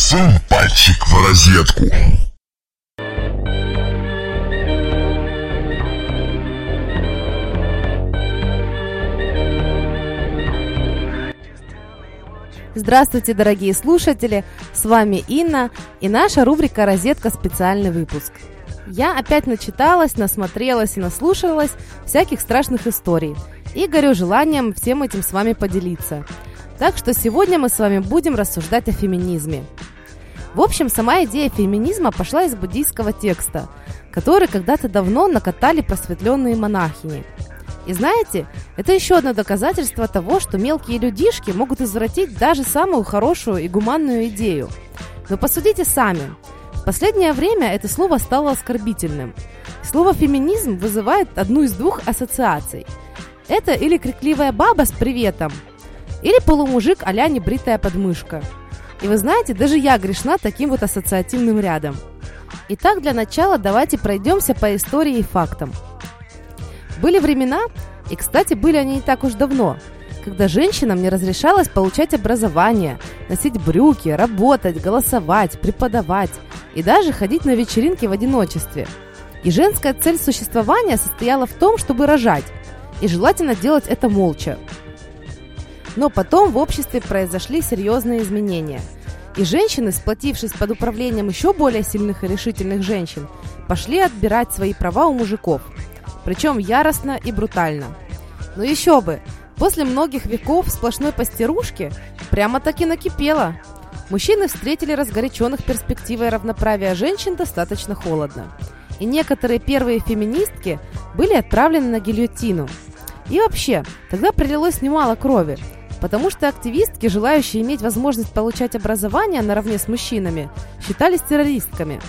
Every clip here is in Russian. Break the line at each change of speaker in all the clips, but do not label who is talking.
Засунь пальчик в розетку.
Здравствуйте, дорогие слушатели! С вами Инна и наша рубрика «Розетка. Специальный выпуск». Я опять начиталась, насмотрелась и наслушалась всяких страшных историй и горю желанием всем этим с вами поделиться. Так что сегодня мы с вами будем рассуждать о феминизме. В общем, сама идея феминизма пошла из буддийского текста, который когда-то давно накатали просветленные монахини. И знаете, это еще одно доказательство того, что мелкие людишки могут извратить даже самую хорошую и гуманную идею. Но посудите сами. В последнее время это слово стало оскорбительным. Слово «феминизм» вызывает одну из двух ассоциаций. Это или крикливая баба с приветом, или полумужик а-ля небритая подмышка. И вы знаете, даже я грешна таким вот ассоциативным рядом. Итак, для начала давайте пройдемся по истории и фактам. Были времена, и, кстати, были они не так уж давно, когда женщинам не разрешалось получать образование, носить брюки, работать, голосовать, преподавать и даже ходить на вечеринки в одиночестве. И женская цель существования состояла в том, чтобы рожать, и желательно делать это молча. Но потом в обществе произошли серьезные изменения, и женщины, сплотившись под управлением еще более сильных и решительных женщин, пошли отбирать свои права у мужиков. Причем яростно и брутально. Но еще бы, после многих веков сплошной постирушки прямо-таки накипело. Мужчины встретили разгоряченных перспективой равноправия женщин достаточно холодно. И некоторые первые феминистки были отправлены на гильотину. И вообще, тогда пролилось немало крови, потому что активистки, желающие иметь возможность получать образование наравне с мужчинами, считались террористками.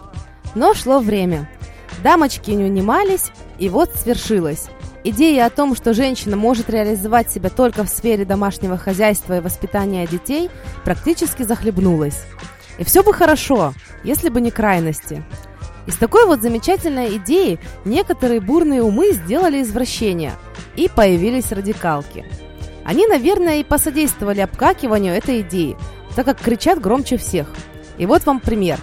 Но шло время. Дамочки не унимались, и вот свершилось. Идея о том, что женщина может реализовать себя только в сфере домашнего хозяйства и воспитания детей, практически захлебнулась. И все бы хорошо, если бы не крайности. Из такой вот замечательной идеи некоторые бурные умы сделали извращение, и появились радикалки. Они, наверное, и посодействовали обкакиванию этой идеи, так как кричат громче всех. И вот вам пример.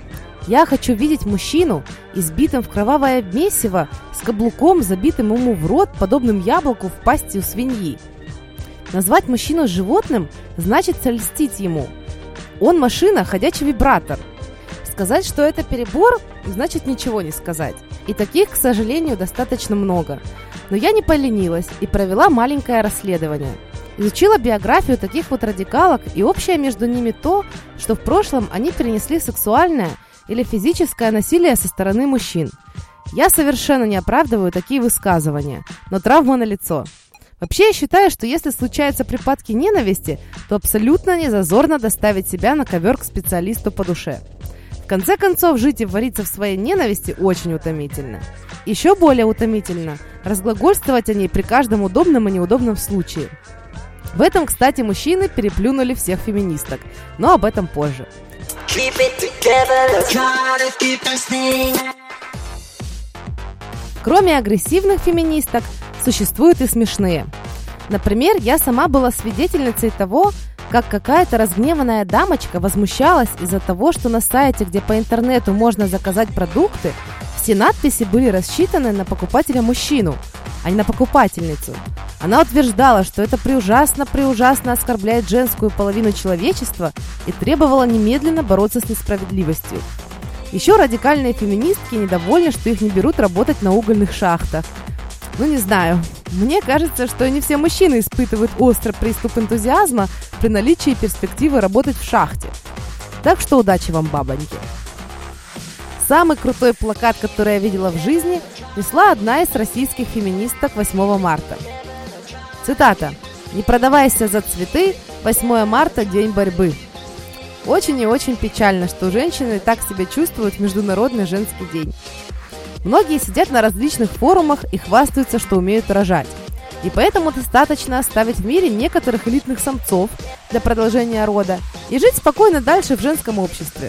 Я хочу видеть мужчину, избитым в кровавое месиво, с каблуком, забитым ему в рот, подобным яблоку в пасти у свиньи. Назвать мужчину животным значит льстить ему. Он машина, ходячий вибратор. Сказать, что это перебор, значит ничего не сказать. И таких, к сожалению, достаточно много. Но я не поленилась и провела маленькое расследование. Изучила биографию таких вот радикалок, и общее между ними то, что в прошлом они перенесли сексуальное или физическое насилие со стороны мужчин. Я совершенно не оправдываю такие высказывания, но травма налицо. Вообще я считаю, что если случаются припадки ненависти, то абсолютно не зазорно доставить себя на ковер к специалисту по душе. В конце концов, жить и вариться в своей ненависти очень утомительно. Еще более утомительно разглагольствовать о ней при каждом удобном и неудобном случае. В этом, кстати, мужчины переплюнули всех феминисток, но об этом позже. Кроме агрессивных феминисток, существуют и смешные. Например, я сама была свидетельницей того, как какая-то разгневанная дамочка возмущалась из-за того, что на сайте, где по интернету можно заказать продукты, все надписи были рассчитаны на покупателя-мужчину, а не на покупательницу. Она утверждала, что это преужасно оскорбляет женскую половину человечества и требовала немедленно бороться с несправедливостью. Еще радикальные феминистки недовольны, что их не берут работать на угольных шахтах. Ну не знаю, мне кажется, что не все мужчины испытывают острый приступ энтузиазма при наличии перспективы работать в шахте. Так что удачи вам, бабоньки! Самый крутой плакат, который я видела в жизни, несла одна из российских феминисток 8 марта. Цитата: «Не продавайся за цветы, 8 марта – день борьбы». Очень и очень печально, что женщины так себя чувствуют в Международный женский день. Многие сидят на различных форумах и хвастаются, что умеют рожать. И поэтому достаточно оставить в мире некоторых элитных самцов для продолжения рода и жить спокойно дальше в женском обществе.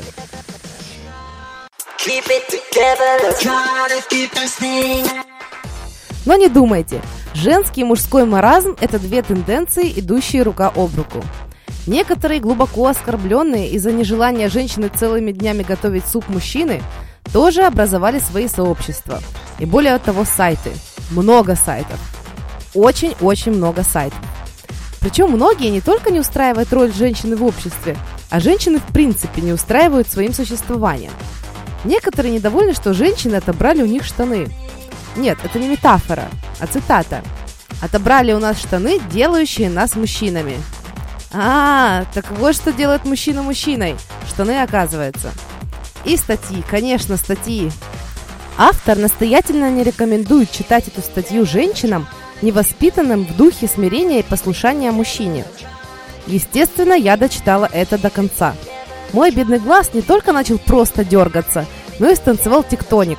Но не думайте, женский и мужской маразм – это две тенденции, идущие рука об руку. Некоторые глубоко оскорбленные из-за нежелания женщины целыми днями готовить суп мужчины тоже образовали свои сообщества. И более того, сайты. Много сайтов. Очень-очень много сайтов. Причем многие не только не устраивают роль женщины в обществе, а женщины в принципе не устраивают своим существованием. Некоторые недовольны, что женщины отобрали у них штаны. Нет, это не метафора, а цитата. «Отобрали у нас штаны, делающие нас мужчинами». Так вот что делает мужчина мужчиной. Штаны, оказывается. И статьи, конечно, статьи. Автор настоятельно не рекомендует читать эту статью женщинам, невоспитанным в духе смирения и послушания мужчине. Естественно, я дочитала это до конца. Мой бедный глаз не только начал просто дергаться, но и станцевал тектоник.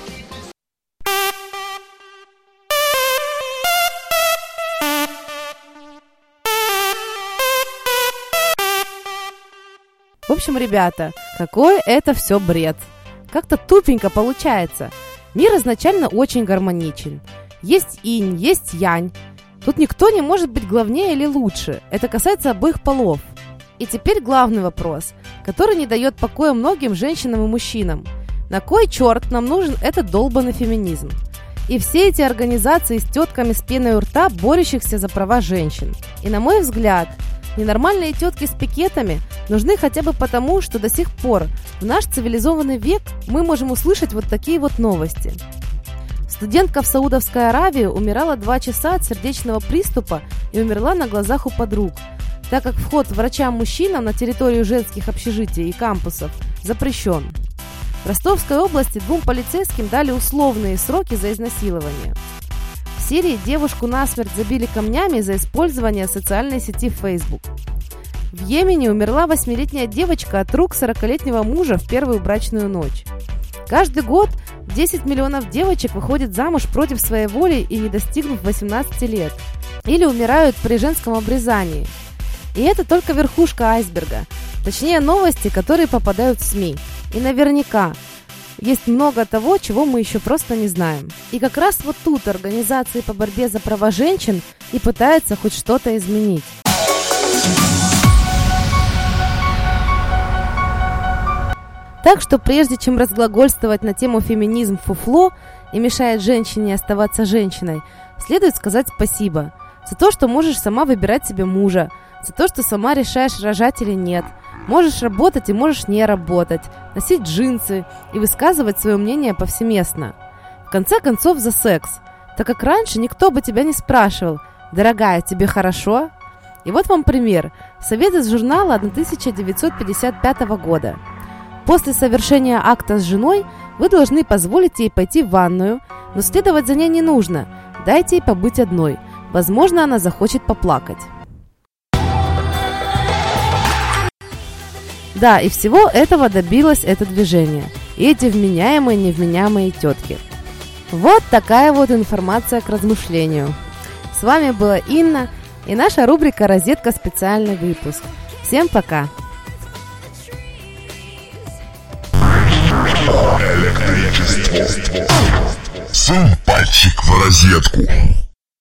В общем, ребята, какой это все бред. Как-то тупенько получается. Мир изначально очень гармоничен. Есть инь, есть янь. Тут никто не может быть главнее или лучше. Это касается обоих полов. И теперь главный вопрос, который не дает покоя многим женщинам и мужчинам. На кой черт нам нужен этот долбанный феминизм? И все эти организации с тетками с пеной у рта, борющихся за права женщин. И на мой взгляд, ненормальные тетки с пикетами нужны хотя бы потому, что до сих пор в наш цивилизованный век мы можем услышать вот такие вот новости. Студентка в Саудовской Аравии умирала 2 часа от сердечного приступа и умерла на глазах у подруг, так как вход врачам-мужчинам на территорию женских общежитий и кампусов запрещен. В Ростовской области 2 полицейским дали условные сроки за изнасилование. В Сирии девушку насмерть забили камнями за использование социальной сети Facebook. В Йемене умерла 8-летняя девочка от рук 40-летнего мужа в первую брачную ночь. Каждый год 10 миллионов девочек выходят замуж против своей воли и не достигнув 18 лет. Или умирают при женском обрезании. И это только верхушка айсберга. Точнее, новости, которые попадают в СМИ. И наверняка есть много того, чего мы еще просто не знаем. И как раз вот тут организации по борьбе за права женщин и пытаются хоть что-то изменить. Так что прежде чем разглагольствовать на тему феминизм фуфло и мешает женщине оставаться женщиной, следует сказать спасибо за то, что можешь сама выбирать себе мужа, за то, что сама решаешь, рожать или нет. Можешь работать и можешь не работать, носить джинсы и высказывать свое мнение повсеместно. В конце концов, за секс, так как раньше никто бы тебя не спрашивал: «Дорогая, тебе хорошо?» И вот вам пример. Совет из журнала 1955 года. После совершения акта с женой вы должны позволить ей пойти в ванную, но следовать за ней не нужно. Дайте ей побыть одной. Возможно, она захочет поплакать. Да, и всего этого добилось это движение. И эти вменяемые, невменяемые тетки. Вот такая вот информация к размышлению. С вами была Инна и наша рубрика «Розетка. Специальный выпуск». Всем пока!
Электричество. Сунь пальчик в розетку.